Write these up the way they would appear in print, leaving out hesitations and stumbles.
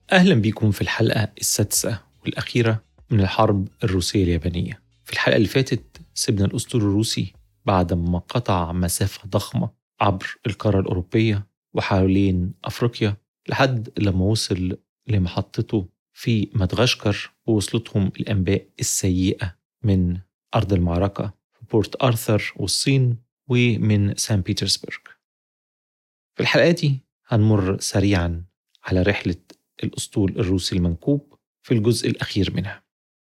أهلا بكم في الحلقة السادسة والأخيرة من الحرب الروسية اليابانية. في الحلقة اللي فاتت سيبنا الأسطول الروسي بعد ما قطع مسافة ضخمة عبر القارة الأوروبية وحوالين أفريقيا لحد لما وصل لمحطته في مدغشقر، ووصلتهم الأنباء السيئة من أرض المعركة في بورت آرثر والصين ومن سان بيترسبرغ. في الحلقة دي هنمر سريعا على رحلة الأسطول الروسي المنكوب في الجزء الأخير منها.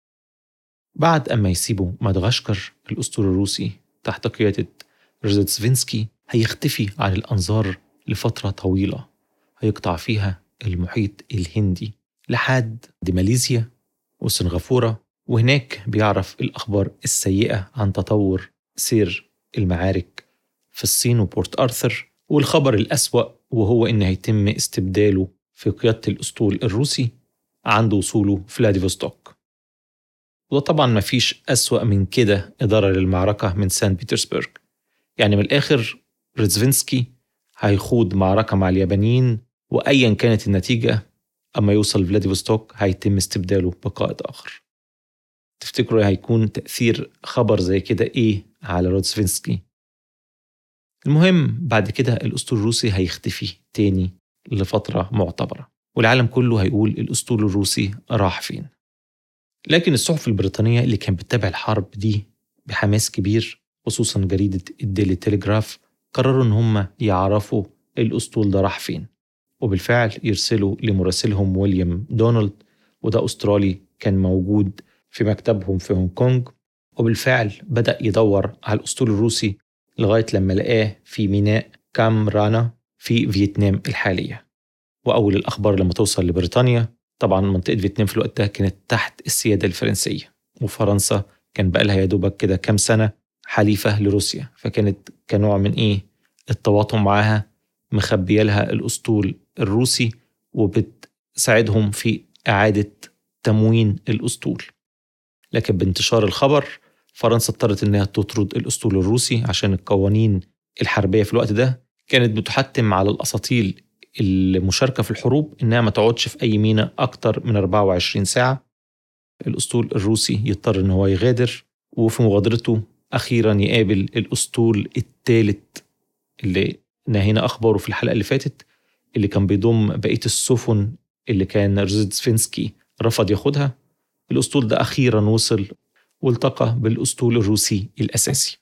بعد أما يسيبوا مدغشقر، الأسطول الروسي تحت قيادة رزيتسفينسكي هيختفي عن الأنظار لفترة طويلة، هيقطع فيها المحيط الهندي لحد ماليزيا وسنغافورة، وهناك بيعرف الأخبار السيئة عن تطور سير المعارك في الصين وبورت آرثر، والخبر الأسوأ وهو إن هيتم استبداله في قيادة الأسطول الروسي عند وصوله فلاديفوستوك. وده طبعا ما فيش أسوأ من كده إدارة للمعركة من سان بيترسبرغ. يعني من الآخر رزفينسكي هيخوض معركة مع اليابانيين، وأيا كانت النتيجة أما يوصل فلاديفوستوك هيتم استبداله بقائد آخر. تفتكروا هيكون تأثير خبر زي كده إيه على رزفينسكي؟ المهم بعد كده الأسطول الروسي هيختفي تاني لفترة معتبرة، والعالم كله هيقول الأسطول الروسي راح فين. لكن الصحف البريطانية اللي كانت بتتابع الحرب دي بحماس كبير، خصوصا جريدة الديلي تيليغراف، قرروا إن هم يعرفوا الأسطول ده راح فين، وبالفعل يرسلوا لمراسلهم ويليام دونالد، وده أسترالي كان موجود في مكتبهم في هونغ كونغ، وبالفعل بدأ يدور على الأسطول الروسي لغاية لما لقاه في ميناء كام رانا في فيتنام الحالية. وأول الأخبار لما توصل لبريطانيا، طبعا منطقة فيتنام في الوقت ده كانت تحت السيادة الفرنسية، وفرنسا كان بقى لها يدوبك كده كام سنة حليفة لروسيا، فكانت كنوع من التواطم معاها، مخبية لها الأسطول الروسي وبتساعدهم في إعادة تموين الأسطول. لكن بانتشار الخبر فرنسا اضطرت إنها تطرد الأسطول الروسي عشان القوانين الحربية في الوقت ده كانت بتحتم على الأساطيل المشاركة في الحروب إنها ما تقعدش في أي ميناء أكتر من 24 ساعة. الأسطول الروسي يضطر إن هو يغادر، وفي مغادرته أخيرا يقابل الأسطول الثالث اللي نهينا أخباره في الحلقة اللي فاتت، اللي كان بيضم بقية السفن اللي كان رزيتسفينسكي رفض ياخدها. الأسطول ده أخيرا وصل والتقى بالأسطول الروسي الأساسي.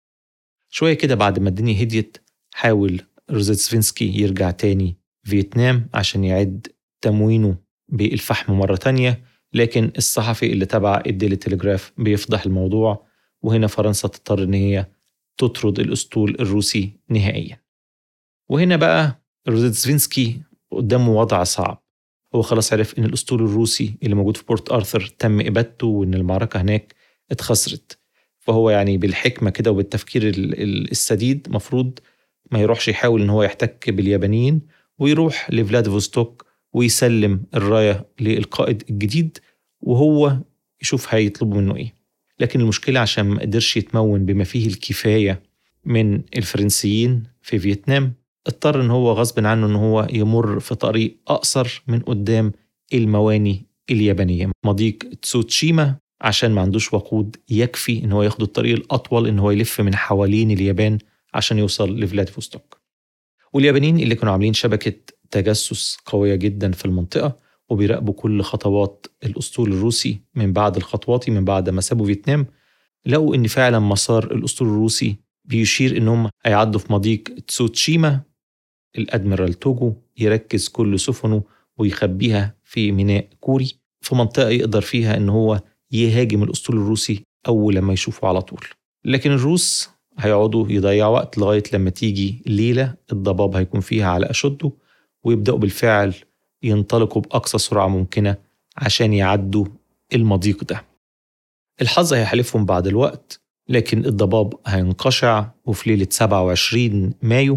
شوية كده بعد ما الدنيا هديت حاول رزيتسفينسكي يرجع تاني فيتنام عشان يعد تموينه بالفحم مرة تانية، لكن الصحفي اللي تبع الديلي تيليغراف بيفضح الموضوع، وهنا فرنسا تضطر إن هي تطرد الأسطول الروسي نهائيا. وهنا بقى رزيتسفينسكي قدامه وضع صعب، هو خلاص عرف إن الأسطول الروسي اللي موجود في بورت آرثر تم إبادته وإن المعركة هناك اتخسرت، فهو يعني بالحكمة كده وبالتفكير السديد مفروض ما يروحش يحاول إن هو يحتك باليابانيين، ويروح لفلاديفوستوك ويسلم الراية للقائد الجديد وهو يشوف هيطلبوا منه إيه. لكن المشكلة عشان ما قدرش يتمون بما فيه الكفاية من الفرنسيين في فيتنام، اضطر إن هو غصب عنه إن هو يمر في طريق أقصر من قدام المواني اليابانية، مضيق تسوتشيما، عشان ما عندوش وقود يكفي إن هو ياخد الطريق الأطول إن هو يلف من حوالين اليابان عشان يوصل لفلاديفوستوك. واليابانيين اللي كانوا عاملين شبكة تجسس قوية جدا في المنطقة وبيراقبوا كل خطوات الأسطول الروسي من بعد الخطوات من بعد ما سابوا فيتنام، لقوا إن فعلا مسار الأسطول الروسي بيشير إنهم هيعدوا في مضيق تسوتشيما. الأدميرال توجو يركز كل سفنه ويخبيها في ميناء كوري، في منطقة يقدر فيها إن هو يهاجم الأسطول الروسي أول لما يشوفه على طول. لكن الروس هيقعدوا يضيعوا وقت لغاية لما تيجي ليلة الضباب هيكون فيها على أشده، ويبدأوا بالفعل ينطلقوا بأقصى سرعة ممكنة عشان يعدوا المضيق ده. الحظ هيحلفهم بعد الوقت، لكن الضباب هينقشع، وفي ليلة 27 مايو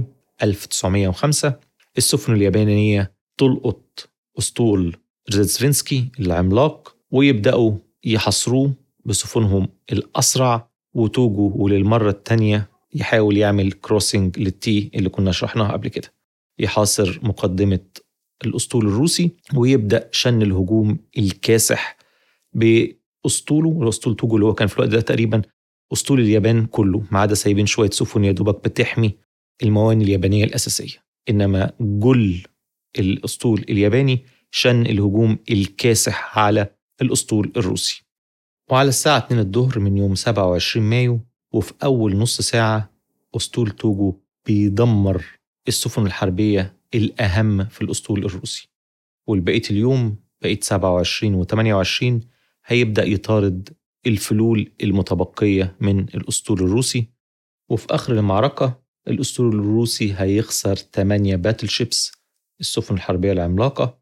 1905 السفن اليابانية تلقط أسطول رزيتسفينسكي العملاق ويبدأوا يحصروه بسفنهم الأسرع، وتوجو وللمرة التانية يحاول يعمل كروسنج للتي اللي كنا شرحناها قبل كده، يحاصر مقدمة الأسطول الروسي ويبدأ شن الهجوم الكاسح بأسطوله، والأسطول توجو اللي هو كان في الوقت ده تقريبا أسطول اليابان كله، ما عدا سايبين شوية سفن يا دوبك بتحمي الموانئ اليابانية الأساسية. إنما جل الأسطول الياباني شن الهجوم الكاسح على الأسطول الروسي. وعلى الساعة 2 الظهر من يوم 27 مايو وفي أول نص ساعة أسطول توجو بيدمر السفن الحربية الأهم في الأسطول الروسي. والبقية اليوم بقية 27 و28 هيبدأ يطارد الفلول المتبقية من الأسطول الروسي. وفي آخر المعركة الأسطول الروسي هيخسر 8 باتل شيبس السفن الحربية العملاقة،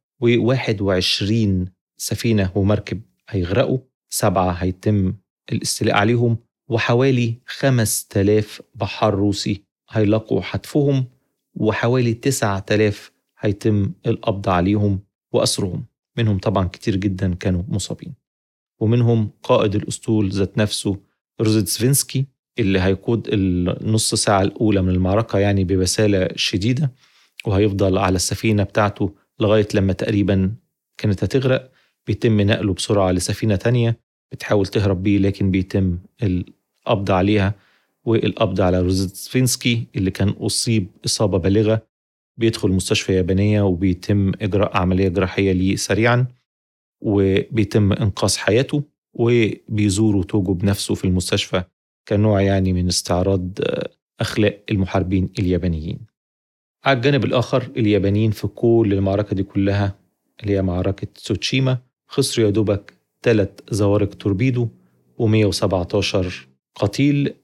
و21 سفينة ومركب هيغرقوا، 7 هيتم الاستيلاء عليهم، وحوالي 5000 بحار روسي هيلاقوا حتفهم، وحوالي 9000 هيتم القبض عليهم وأسرهم. منهم طبعا كتير جدا كانوا مصابين، ومنهم قائد الأسطول ذات نفسه روزيتسفينسكي اللي هيقود النص ساعة الأولى من المعركة يعني ببسالة شديدة، وهيفضل على السفينة بتاعته لغاية لما تقريبا كانت هتغرق. بيتم نقله بسرعة لسفينة تانية بتحاول تهرب بيه، لكن بيتم القبض عليها والقبض على روزيتسفينسكي اللي كان أصيب إصابة بالغة. بيدخل مستشفى يابانية وبيتم إجراء عملية جراحية ليه سريعا، وبيتم إنقاذ حياته، وبيزوروا توجو بنفسه في المستشفى كنوع يعني من استعراض أخلاق المحاربين اليابانيين. على الجانب الآخر اليابانيين في كل المعركة دي كلها اللي هي معركة تسوتشيما خسروا يا دوبك 3 زوارق توربيدو و117 قتيل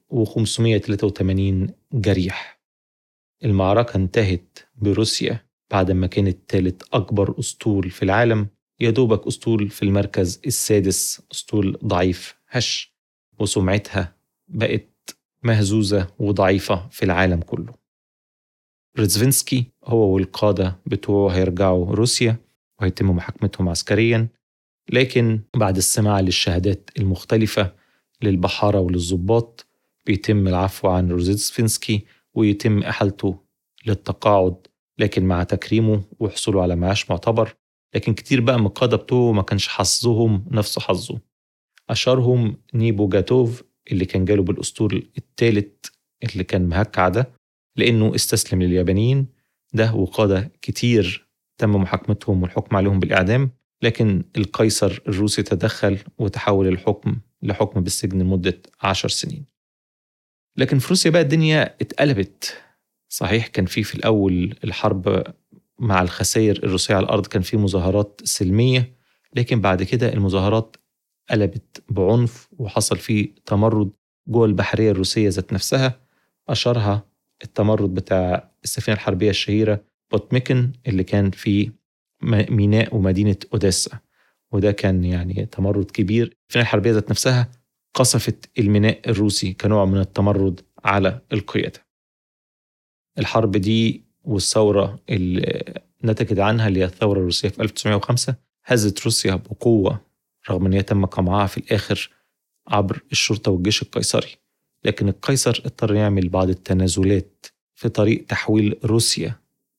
و583 جريح. المعركة انتهت بروسيا بعد ما كانت ثالث أكبر أسطول في العالم، يا دوبك أسطول في المركز السادس، أسطول ضعيف هش، وسمعتها بقت مهزوزة وضعيفة في العالم كله. رزفينسكي هو والقادة بتوعه هيرجعوا روسيا وهيتم محاكمتهم عسكريا، لكن بعد السماع للشهادات المختلفة للبحارة وللضباط بيتم العفو عن روزيتسفينسكي ويتم إحالته للتقاعد، لكن مع تكريمه وحصوله على معاش معتبر. لكن كتير بقى من القادة بتوعه ما كانش حظهم نفس حظه. أشهرهم نيبو جاتوف اللي كان جاله بالأسطول الثالث اللي كان مهكع ده، لأنه استسلم لليابانيين ده، وقادة كتير تم محاكمتهم والحكم عليهم بالإعدام، لكن القيصر الروسي تدخل وتحول الحكم لحكم بالسجن لمدة 10 سنين. لكن في روسيا بقى الدنيا اتقلبت. صحيح كان في الأول الحرب مع الخسائر الروسية على الأرض كان في مظاهرات سلمية، لكن بعد كده المظاهرات قلبت بعنف وحصل فيه تمرد جوه البحرية الروسية ذات نفسها. أشهرها التمرد بتاع السفينة الحربية الشهيرة بوتميكن اللي كان في ميناء ومدينة أوديسا، وده كان يعني تمرد كبير. السفينة الحربية ذات نفسها قصفت الميناء الروسي كنوع من التمرد على القيادة. الحرب دي والثورة اللي نتجت عنها اللي هي الثورة الروسية في 1905 هزت روسيا بقوة، رغم أن هي تم قمعها في الآخر عبر الشرطة والجيش القيصري. لكن القيصر اضطر يعمل بعض التنازلات في طريق تحويل روسيا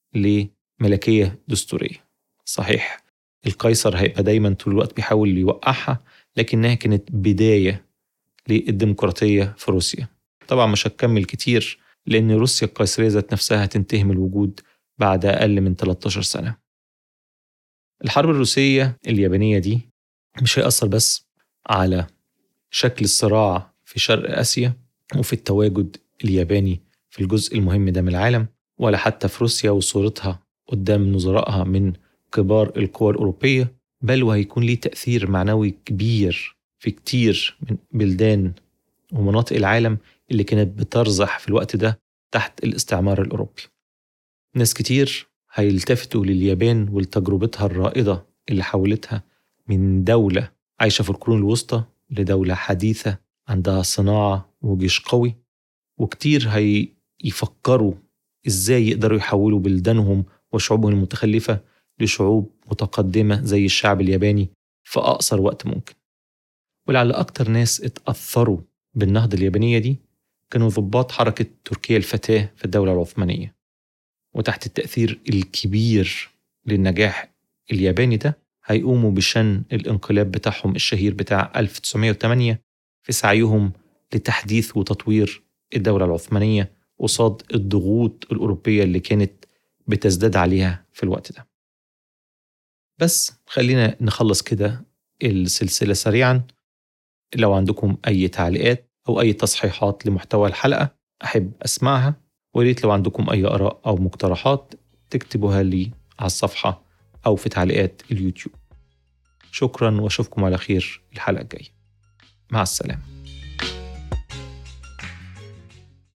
لملكية دستورية. صحيح القيصر هيبقى دايما طول الوقت بيحاول يوقعها، لكنها كانت بداية للديمقراطية في روسيا. طبعا مش هتكمل كتير لأن روسيا القيصرية ذات نفسها هتنتهي من الوجود بعد أقل من 13 سنة. الحرب الروسية اليابانية دي مش هيأثر بس على شكل الصراع في شرق آسيا وفي التواجد الياباني في الجزء المهم ده من العالم، ولا حتى في روسيا وصورتها قدام نظرائها من كبار القوى الأوروبية، بل وهيكون ليه تأثير معنوي كبير في كتير من بلدان ومناطق العالم اللي كانت بترزح في الوقت ده تحت الاستعمار الأوروبي. ناس كتير هيلتفتوا لليابان ولتجربتها الرائدة اللي حولتها من دولة عايشة في القرون الوسطى لدولة حديثة عندها صناعة وجيش قوي. وكتير هيفكروا إزاي يقدروا يحولوا بلدانهم وشعوبهم المتخلفة لشعوب متقدمة زي الشعب الياباني في أقصر وقت ممكن. ولعل أكتر ناس اتأثروا بالنهضة اليابانية دي كانوا ضباط حركة تركيا الفتاة في الدولة العثمانية، وتحت التأثير الكبير للنجاح الياباني ده هيقوموا بشن الانقلاب بتاعهم الشهير بتاع 1908 في سعيهم لتحديث وتطوير الدولة العثمانية قصاد الضغوط الأوروبية اللي كانت بتزداد عليها في الوقت ده. بس خلينا نخلص كده السلسلة سريعا. لو عندكم أي تعليقات أو أي تصحيحات لمحتوى الحلقة أحب أسمعها، وريت لو عندكم أي آراء أو مقترحات تكتبوها لي على الصفحة أو في تعليقات اليوتيوب. شكرا وأشوفكم على خير الحلقة الجاية. مع السلامة.